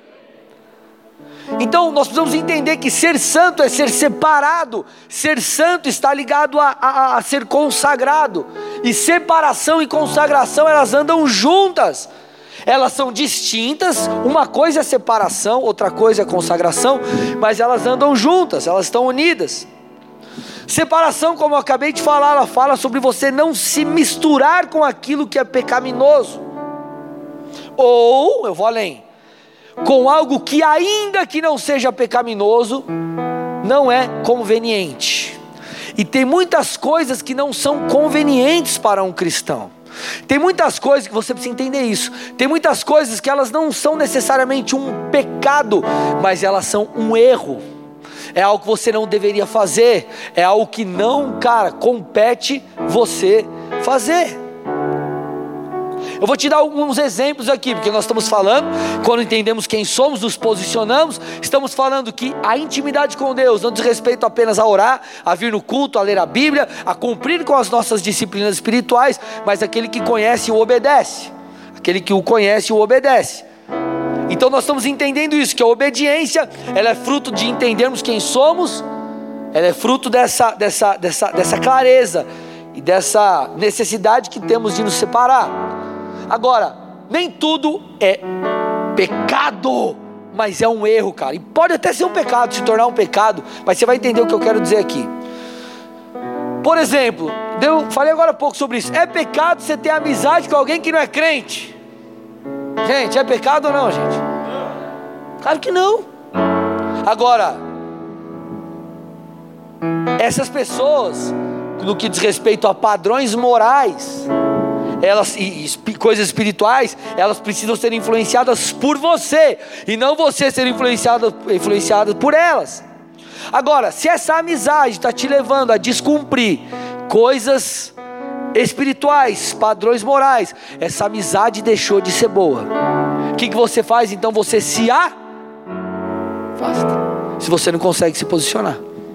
Speaker 1: Então nós precisamos entender que ser santo é ser separado. Ser santo está ligado a ser consagrado. E separação e consagração, elas andam juntas. Elas são distintas. Uma coisa é separação, outra coisa é consagração, mas elas andam juntas, elas estão unidas. Separação, como eu acabei de falar, ela fala sobre você não se misturar com aquilo que é pecaminoso. Ou, eu vou além, com algo que ainda que não seja pecaminoso, não é conveniente. E tem muitas coisas que não são convenientes para um cristão. Tem muitas coisas que você precisa entender isso. Tem muitas coisas que elas não são necessariamente um pecado, mas elas são um erro. É algo que você não deveria fazer. É algo que não, compete você fazer. Eu vou te dar alguns exemplos aqui, porque nós estamos falando, quando entendemos quem somos, nos posicionamos, estamos falando que a intimidade com Deus não diz respeito apenas a orar, a vir no culto, a ler a Bíblia, a cumprir com as nossas disciplinas espirituais, mas aquele que conhece o obedece. Aquele que o conhece o obedece. Então nós estamos entendendo isso, que a obediência, ela é fruto de entendermos quem somos, ela é fruto dessa clareza e dessa necessidade que temos de nos separar. Agora, nem tudo é pecado, mas é um erro, cara. E pode até ser um pecado, se tornar um pecado, mas você vai entender o que eu quero dizer aqui. Por exemplo, eu falei agora há pouco sobre isso. É pecado você ter amizade com alguém que não é crente? Gente, é pecado ou não, gente? Claro que não. Agora, essas pessoas, no que diz respeito a padrões morais, elas e coisas espirituais, elas precisam ser influenciadas por você, e não você ser influenciado por elas. Agora, se essa amizade está te levando a descumprir coisas espirituais, padrões morais, essa amizade deixou de ser boa. O que você faz? Então você se afasta, se você não consegue se posicionar.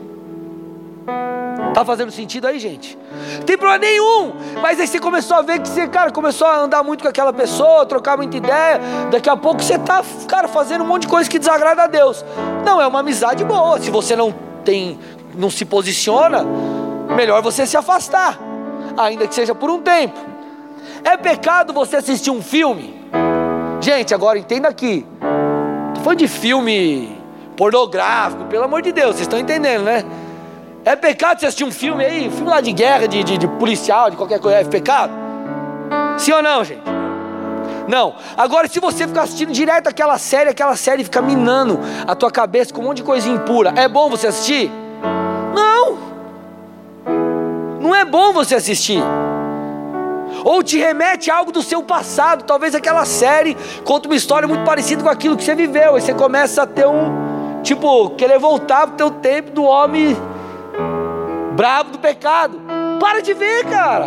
Speaker 1: Tá fazendo sentido aí, gente? Não tem problema nenhum. Mas aí você começou a ver que você, começou a andar muito com aquela pessoa, trocar muita ideia. Daqui a pouco você tá, fazendo um monte de coisa que desagrada a Deus. Não é uma amizade boa. Se você não se posiciona, melhor você se afastar, ainda que seja por um tempo. É pecado você assistir um filme? Gente, agora entenda aqui. Tô falando de filme pornográfico, pelo amor de Deus, vocês estão entendendo, né? É pecado você assistir um filme aí, filme lá de guerra, de policial, de qualquer coisa, é pecado? Sim ou não, gente? Não. Agora, se você ficar assistindo direto aquela série fica minando a tua cabeça com um monte de coisa impura, é bom você assistir? Não. Não é bom você assistir. Ou te remete a algo do seu passado. Talvez aquela série conta uma história muito parecida com aquilo que você viveu. Aí você começa a ter querer voltar pro teu tempo do homem brabo do pecado. Para de ver, cara.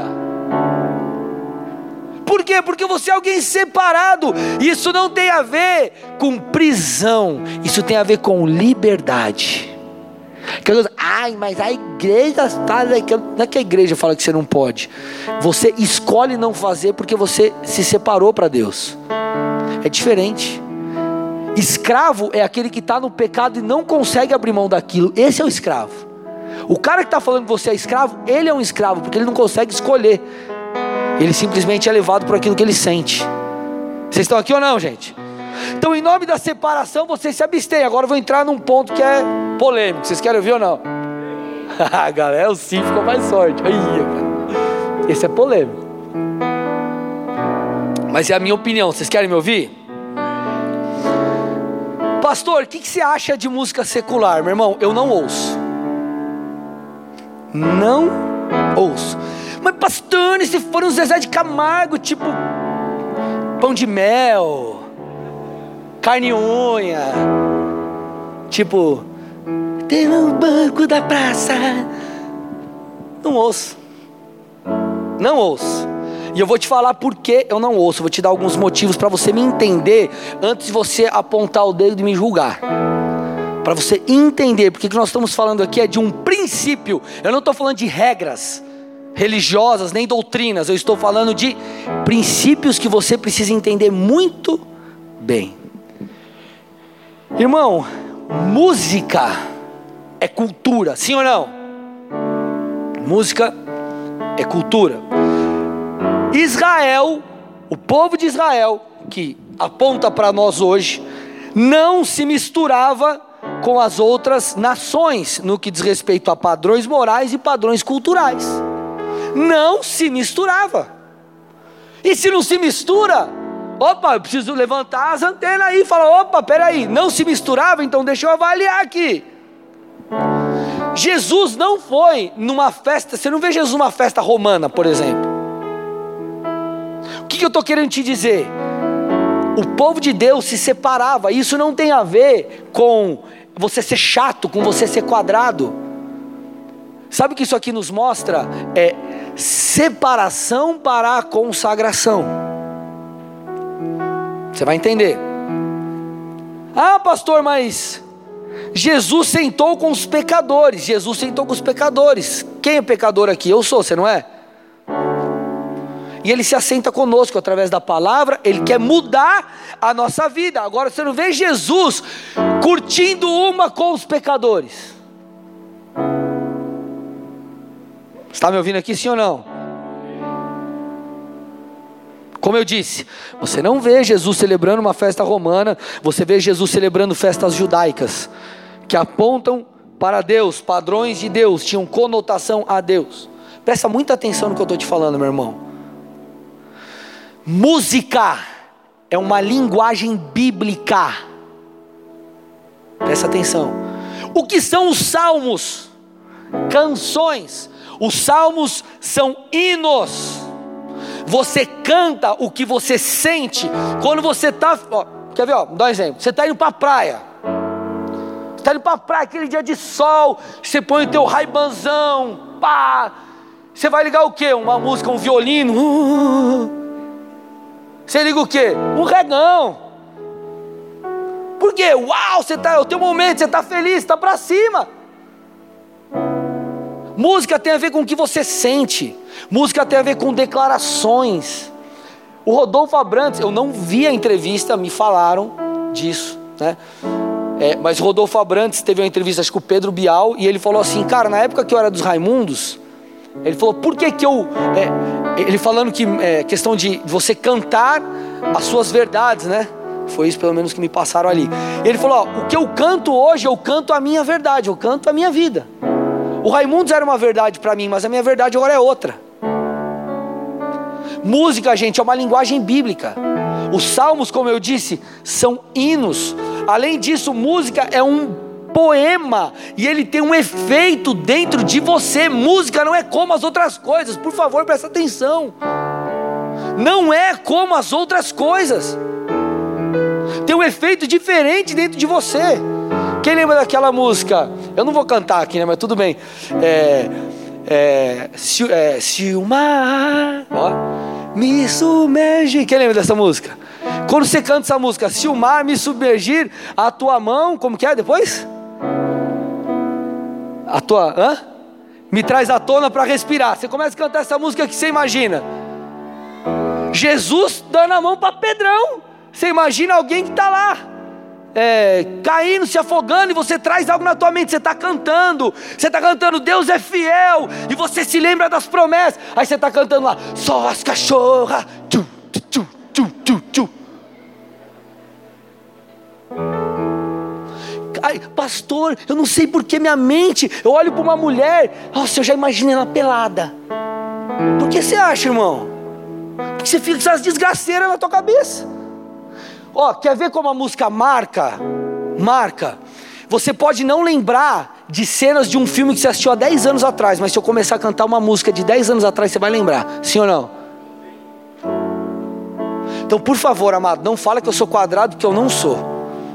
Speaker 1: Por quê? Porque você é alguém separado. Isso não tem a ver com prisão. Isso tem a ver com liberdade. Mas a igreja fala que... Não é que a igreja fala que você não pode. Você escolhe não fazer porque você se separou para Deus. É diferente. Escravo é aquele que está no pecado e não consegue abrir mão daquilo. Esse é o escravo. O cara que está falando que você é escravo, ele é um escravo, porque ele não consegue escolher. Ele simplesmente é levado por aquilo que ele sente. Vocês estão aqui ou não, gente? Então, em nome da separação, você se abstém. Agora eu vou entrar num ponto que é polêmico. Vocês querem ouvir ou não? Galera, o sim ficou mais forte. Esse é polêmico. Mas é a minha opinião. Vocês querem me ouvir? Pastor, o que você acha de música secular? Meu irmão, eu não ouço. Não ouço. Mas pastor, se for um Zezé de Camargo, tipo Pão de Mel, Carne e Unha, tipo tem no banco da praça, não ouço. Não ouço. E eu vou te falar por que eu não ouço. Vou te dar alguns motivos para você me entender, antes de você apontar o dedo e me julgar. Para você entender, porque o que nós estamos falando aqui é de um princípio. Eu não estou falando de regras religiosas, nem doutrinas. Eu estou falando de princípios que você precisa entender muito bem. Irmão, música é cultura, sim ou não? Música é cultura. Israel, o povo de Israel, que aponta para nós hoje, não se misturava com as outras nações no que diz respeito a padrões morais e padrões culturais. Não se misturava. E se não se mistura, eu preciso levantar as antenas aí e falar, peraí, não se misturava, então deixa eu avaliar aqui. Jesus não foi numa festa, você não vê Jesus numa festa romana, por exemplo. O que eu estou querendo te dizer? O povo de Deus se separava. Isso não tem a ver com você ser chato, com você ser quadrado. Sabe o que isso aqui nos mostra? É separação para a consagração. Você vai entender. Ah, pastor, mas Jesus sentou com os pecadores. Jesus sentou com os pecadores. Quem é pecador aqui? Eu sou, você não é? E Ele se assenta conosco através da palavra. Ele quer mudar a nossa vida. Agora você não vê Jesus curtindo uma com os pecadores. Está me ouvindo aqui, sim ou não? Como eu disse, você não vê Jesus celebrando uma festa romana. Você vê Jesus celebrando festas judaicas, que apontam para Deus, padrões de Deus, tinham conotação a Deus. Presta muita atenção no que eu estou te falando, meu irmão. Música é uma linguagem bíblica. Presta atenção. O que são os salmos? Canções. Os salmos são hinos. Você canta o que você sente. Quando você está, quer ver, dá um exemplo. Você está indo para a praia. Você está indo para a praia, aquele dia de sol. Você põe o teu raibanzão, pá. Você vai ligar o quê? Uma música, um violino. Você liga o quê? Um regão. Por quê? Uau, é o teu momento, você está feliz, está para cima. Música tem a ver com o que você sente. Música tem a ver com declarações. O Rodolfo Abrantes, eu não vi a entrevista, me falaram disso, né? Mas o Rodolfo Abrantes teve uma entrevista, acho que com o Pedro Bial, e ele falou assim, cara, na época que eu era dos Raimundos, ele falou, por que eu... ele falando que questão de você cantar as suas verdades, né? Foi isso pelo menos que me passaram ali. Ele falou, o que eu canto hoje, eu canto a minha verdade, eu canto a minha vida. O Raimundos era uma verdade para mim, mas a minha verdade agora é outra. Música, gente, é uma linguagem bíblica. Os salmos, como eu disse, são hinos. Além disso, música é um poema, e ele tem um efeito dentro de você. Música não é como as outras coisas, por favor, presta atenção. Não é como as outras coisas. Tem um efeito diferente dentro de você. Quem lembra daquela música? Eu não vou cantar aqui, né? Mas tudo bem. Se o mar me submergir. Quem lembra dessa música? Quando você canta essa música, se o mar me submergir, a tua mão, como que é depois? Me traz à tona para respirar. Você começa a cantar essa música que você imagina Jesus dando a mão para Pedrão. Você imagina alguém que está lá caindo, se afogando, e você traz algo na tua mente. Você está cantando, Deus é fiel, e você se lembra das promessas. Aí você está cantando lá, só as cachorras, tchu, tchu, tchu, tchu, tchu. Ai, pastor, eu não sei porque minha mente, eu olho para uma mulher, nossa, eu já imaginei ela pelada. Por que você acha, irmão? Porque você fica com essas desgraceiras na tua cabeça. Quer ver como a música marca? Você pode não lembrar de cenas de um filme que você assistiu há 10 anos atrás, mas se eu começar a cantar uma música de 10 anos atrás, você vai lembrar, sim ou não? Então, por favor, amado, não fala que eu sou quadrado, porque eu não sou.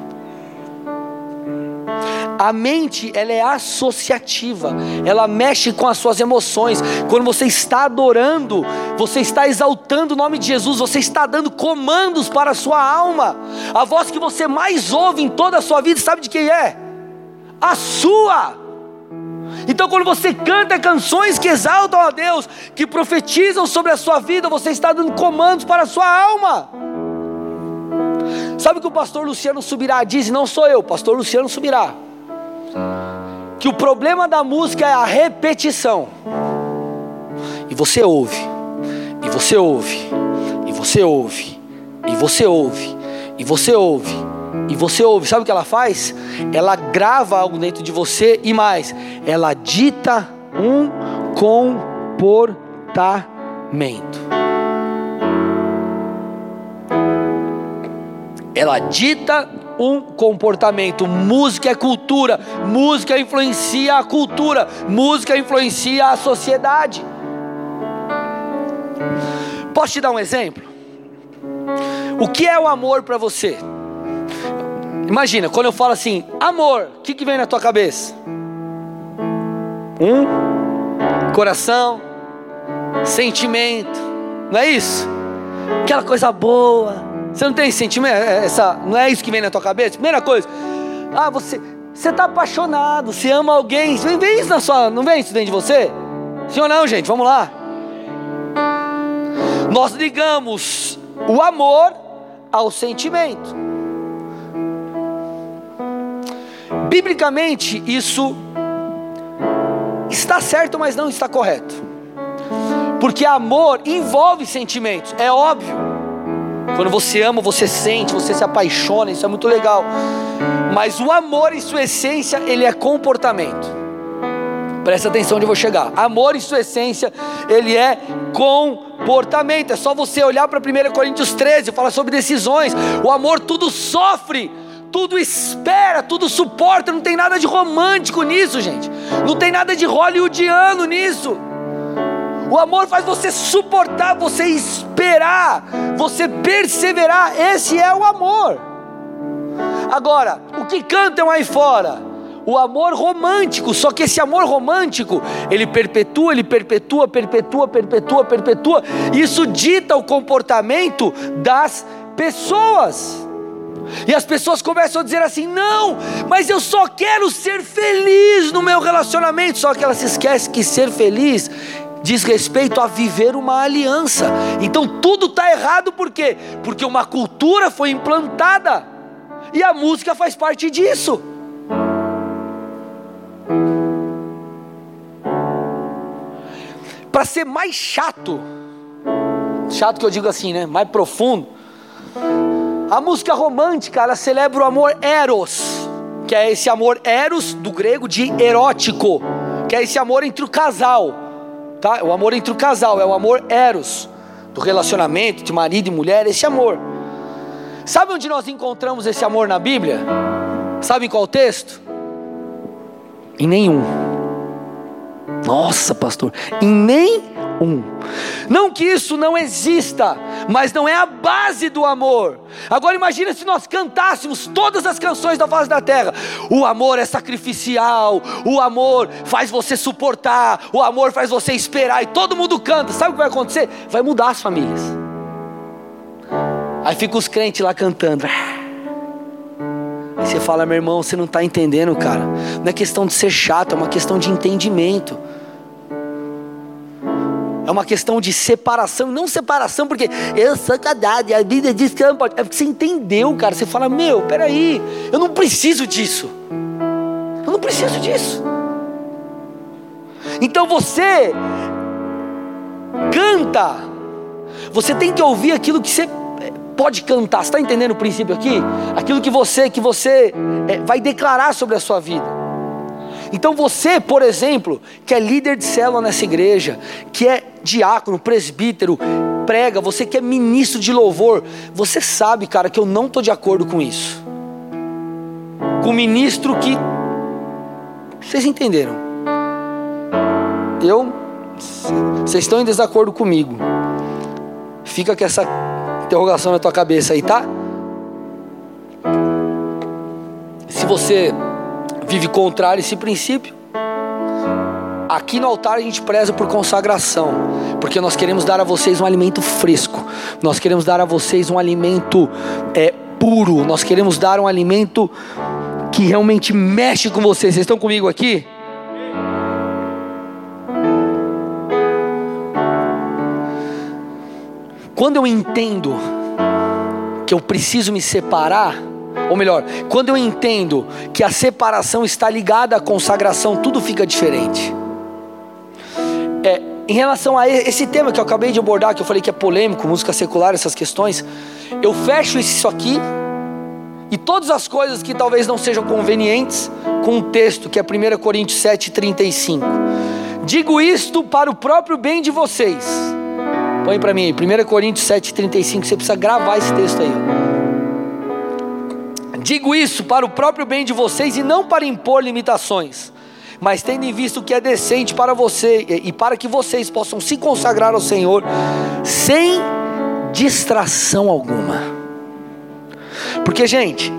Speaker 1: A mente, ela é associativa, ela mexe com as suas emoções. Quando você está adorando, você está exaltando o nome de Jesus, você está dando comandos para a sua alma. A voz que você mais ouve em toda a sua vida, sabe de quem é? A sua. Então quando você canta canções que exaltam a Deus, que profetizam sobre a sua vida, você está dando comandos para a sua alma. Sabe o que o pastor Luciano Subirá diz? E não sou eu, pastor Luciano Subirá. Que o problema da música é a repetição. E você ouve, e você ouve, e você ouve, e você ouve, e você ouve, e você ouve. Sabe o que ela faz? Ela grava algo dentro de você, e mais, ela dita um comportamento. Ela dita um comportamento. Música é cultura, música influencia a cultura, música influencia a sociedade. Posso te dar um exemplo? O que é o amor para você? Imagina, quando eu falo assim, amor, o que vem na tua cabeça? Coração, sentimento, não é isso? Aquela coisa boa. Você não tem esse sentimento? Não é isso que vem na tua cabeça? Primeira coisa, você está apaixonado, você ama alguém, vem isso não vem isso dentro de você? Sim ou não, gente? Vamos lá. Nós ligamos o amor ao sentimento. Biblicamente, isso está certo, mas não está correto. Porque amor envolve sentimentos, é óbvio. Quando você ama, você sente, você se apaixona, isso é muito legal. Mas o amor, em sua essência, ele é comportamento. Presta atenção onde eu vou chegar. Amor, em sua essência, ele é comportamento. É só você olhar para 1 Coríntios 13, fala sobre decisões. O amor tudo sofre, tudo espera, tudo suporta. Não tem nada de romântico nisso, gente. Não tem nada de hollywoodiano nisso. O amor faz você suportar, você esperar, você perseverar. Esse é o amor. Agora, o que cantam aí fora? O amor romântico. Só que esse amor romântico, ele perpetua, perpetua. Isso dita o comportamento das pessoas. E as pessoas começam a dizer assim, não, mas eu só quero ser feliz no meu relacionamento. Só que ela se esquece que ser feliz diz respeito a viver uma aliança. Então tudo está errado, por quê? Porque uma cultura foi implantada, e a música faz parte disso. Para ser mais chato que eu digo assim, né? Mais profundo, a música romântica, ela celebra o amor eros, que é esse amor eros, do grego de erótico, que é esse amor entre o casal, tá? O amor entre o casal, é o amor eros, do relacionamento de marido e mulher, esse amor. Sabe onde nós encontramos esse amor na Bíblia? Sabe em qual texto? Em nenhum. Nossa, pastor, em nenhum. Não que isso não exista, mas não é a base do amor. Agora imagina se nós cantássemos todas as canções da face da terra. O amor é sacrificial, o amor faz você suportar, o amor faz você esperar, e todo mundo canta. Sabe o que vai acontecer? Vai mudar as famílias. Aí fica os crentes lá cantando. Aí você fala, meu irmão, você não está entendendo, cara. Não é questão de ser chato, é uma questão de entendimento. É uma questão de separação, não separação porque eu sou casado e a Bíblia diz que eu não pode. É porque você entendeu, cara. Você fala, peraí, eu não preciso disso. Eu não preciso disso. Então você canta, você tem que ouvir aquilo que você pode cantar. Você está entendendo o princípio aqui? Aquilo que você vai declarar sobre a sua vida. Então você, por exemplo, que é líder de célula nessa igreja, que é diácono, presbítero, prega, você que é ministro de louvor, você sabe, cara, que eu não estou de acordo com isso. Com o ministro que... Vocês entenderam? Vocês estão em desacordo comigo. Fica com essa interrogação na tua cabeça aí, tá? Se você vive contrário a esse princípio, aqui no altar a gente preza por consagração, porque nós queremos dar a vocês um alimento fresco, nós queremos dar a vocês um alimento puro, nós queremos dar um alimento que realmente mexe com vocês. Vocês estão comigo aqui? Quando eu entendo que eu preciso me separar, ou melhor, quando eu entendo que a separação está ligada à consagração, tudo fica diferente. Em relação a esse tema que eu acabei de abordar, que eu falei que é polêmico, música secular, essas questões, eu fecho isso aqui e todas as coisas que talvez não sejam convenientes com um texto que é 1 Coríntios 7,35. Digo isto para o próprio bem de vocês. Põe para mim aí, 1 Coríntios 7,35, você precisa gravar esse texto aí. Digo isso para o próprio bem de vocês e não para impor limitações, mas tendo em vista o que é decente para você e para que vocês possam se consagrar ao Senhor sem distração alguma. Porque, gente,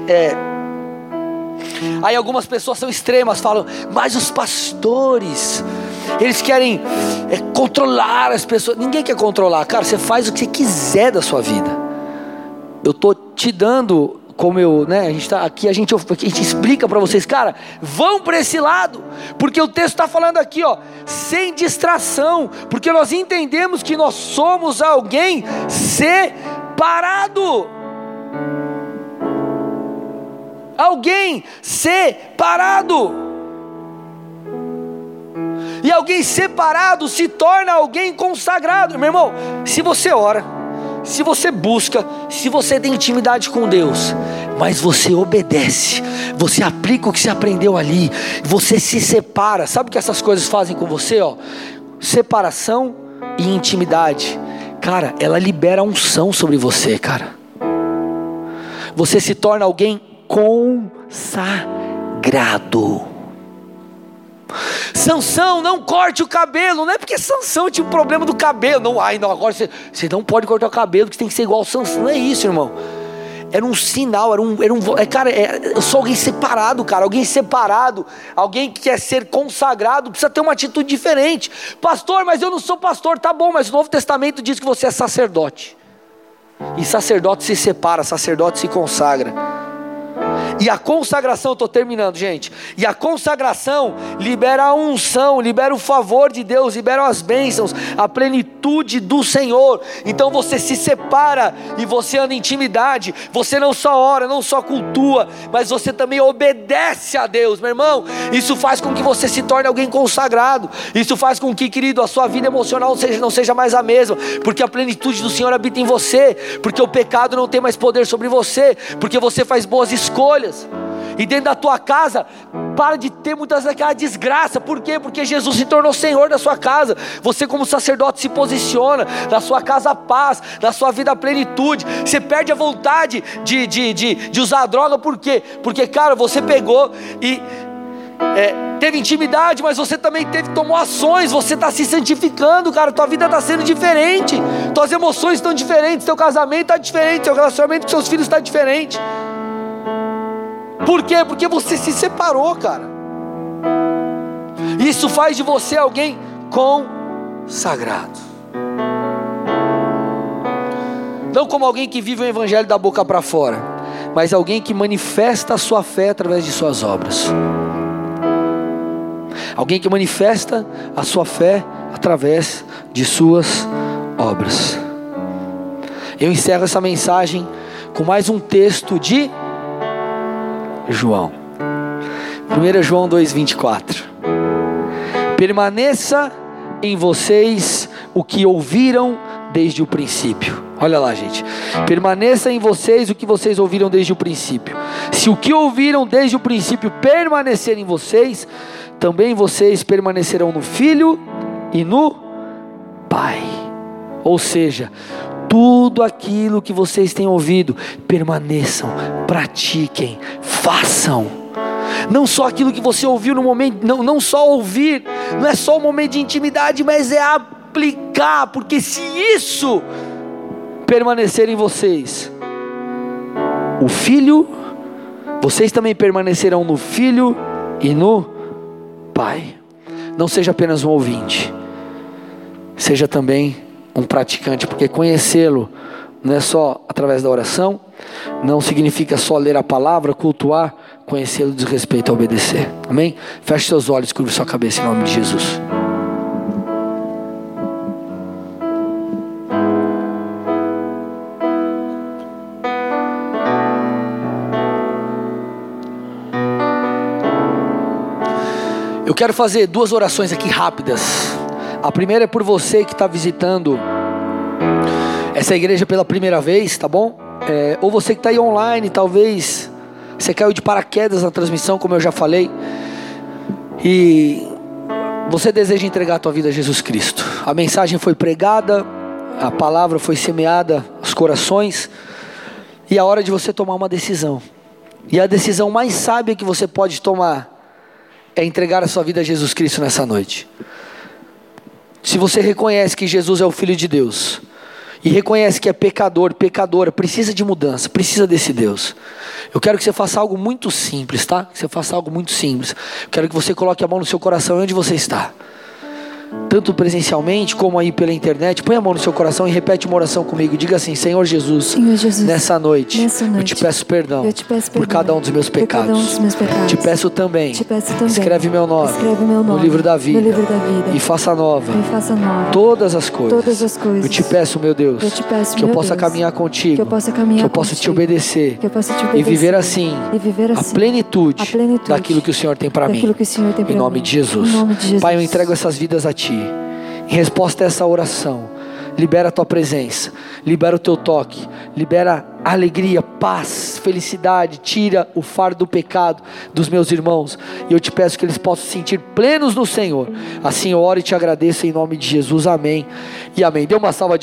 Speaker 1: aí algumas pessoas são extremas, falam, mas os pastores, eles querem controlar as pessoas. Ninguém quer controlar, cara, você faz o que você quiser da sua vida. Eu estou te dando, como a gente está aqui, a gente explica para vocês, cara, vão para esse lado, porque o texto está falando aqui, sem distração, porque nós entendemos que nós somos alguém separado. Alguém separado. E alguém separado se torna alguém consagrado. Meu irmão, se você ora, se você busca, se você tem intimidade com Deus, mas você obedece, você aplica o que você aprendeu ali, você se separa. Sabe o que essas coisas fazem com você? Separação e intimidade, cara, ela libera unção sobre você, cara. Você se torna alguém consagrado. Sansão, não corte o cabelo. Não é porque Sansão tinha um problema do cabelo. Não, agora você não pode cortar o cabelo, que você tem que ser igual ao Sansão. Não é isso, irmão. Era um sinal, eu sou alguém separado, cara. Alguém separado, alguém que quer ser consagrado, precisa ter uma atitude diferente. Pastor, mas eu não sou pastor. Tá bom, mas o Novo Testamento diz que você é sacerdote. E sacerdote se separa, sacerdote se consagra. E a consagração, estou terminando, gente. E a consagração libera a unção, libera o favor de Deus, libera as bênçãos, a plenitude do Senhor. Então você se separa e você anda em intimidade. Você não só ora, não só cultua, mas você também obedece a Deus, meu irmão. Isso faz com que você se torne alguém consagrado. Isso faz com que, querido, a sua vida emocional não seja mais a mesma, porque a plenitude do Senhor habita em você, porque o pecado não tem mais poder sobre você, porque você faz boas escolhas. E dentro da tua casa, para de ter muitas daquela desgraça. Por quê? Porque Jesus se tornou Senhor da sua casa. Você como sacerdote se posiciona, na sua casa a paz, na sua vida a plenitude. Você perde a vontade de usar a droga. Por quê? Porque, cara, você pegou e teve intimidade, mas você também tomou ações. Você está se santificando, cara. Tua vida está sendo diferente, tuas emoções estão diferentes, teu casamento está diferente, teu relacionamento com seus filhos está diferente. Por quê? Porque você se separou, cara. Isso faz de você alguém consagrado. Não como alguém que vive o evangelho da boca para fora, mas alguém que manifesta a sua fé através de suas obras. Alguém que manifesta a sua fé através de suas obras. Eu encerro essa mensagem com mais um texto de João, 1 João 2,24. Permaneça em vocês o que ouviram desde o princípio. Olha lá, gente. Permaneça em vocês o que vocês ouviram desde o princípio. Se o que ouviram desde o princípio permanecer em vocês, também vocês permanecerão no Filho e no Pai. Ou seja, tudo aquilo que vocês têm ouvido, permaneçam, pratiquem, façam. Não só aquilo que você ouviu no momento, não só ouvir, não é só o momento de intimidade, mas é aplicar, porque se isso permanecer em vocês, o Filho, vocês também permanecerão no Filho e no Pai. Não seja apenas um ouvinte, seja também um praticante, porque conhecê-lo não é só através da oração, não significa só ler a palavra, cultuar. Conhecê-lo diz respeito a obedecer. Amém? Feche seus olhos, curva sua cabeça em nome de Jesus. Eu quero fazer 2 orações aqui rápidas. A primeira é por você que está visitando essa igreja pela primeira vez, tá bom? Ou você que está aí online, talvez você caiu de paraquedas na transmissão, como eu já falei, e você deseja entregar a tua vida a Jesus Cristo. A mensagem foi pregada, a palavra foi semeada aos corações, e é a hora de você tomar uma decisão. E a decisão mais sábia que você pode tomar é entregar a sua vida a Jesus Cristo nessa noite. Se você reconhece que Jesus é o Filho de Deus, e reconhece que é pecador, pecadora, precisa de mudança, precisa desse Deus, eu quero que você faça algo muito simples, tá? Que você faça algo muito simples. Eu quero que você coloque a mão no seu coração onde você está, tanto presencialmente como aí pela internet. Põe a mão no seu coração e repete uma oração comigo. Diga assim: Senhor Jesus, nessa noite eu te peço perdão por cada um dos meus pecados. Te peço também, escreve meu nome no livro da vida e faça nova todas as coisas. Eu te peço, meu Deus, que eu possa caminhar contigo, que eu possa te obedecer e viver assim a plenitude daquilo que o Senhor tem para mim, em nome de Jesus. Pai, eu entrego essas vidas a Ti. Em resposta a essa oração, libera a Tua presença, libera o Teu toque, libera alegria, paz, felicidade, tira o fardo do pecado dos meus irmãos, e eu te peço que eles possam se sentir plenos no Senhor. Assim eu oro e te agradeço em nome de Jesus, amém e amém. Dê uma salva de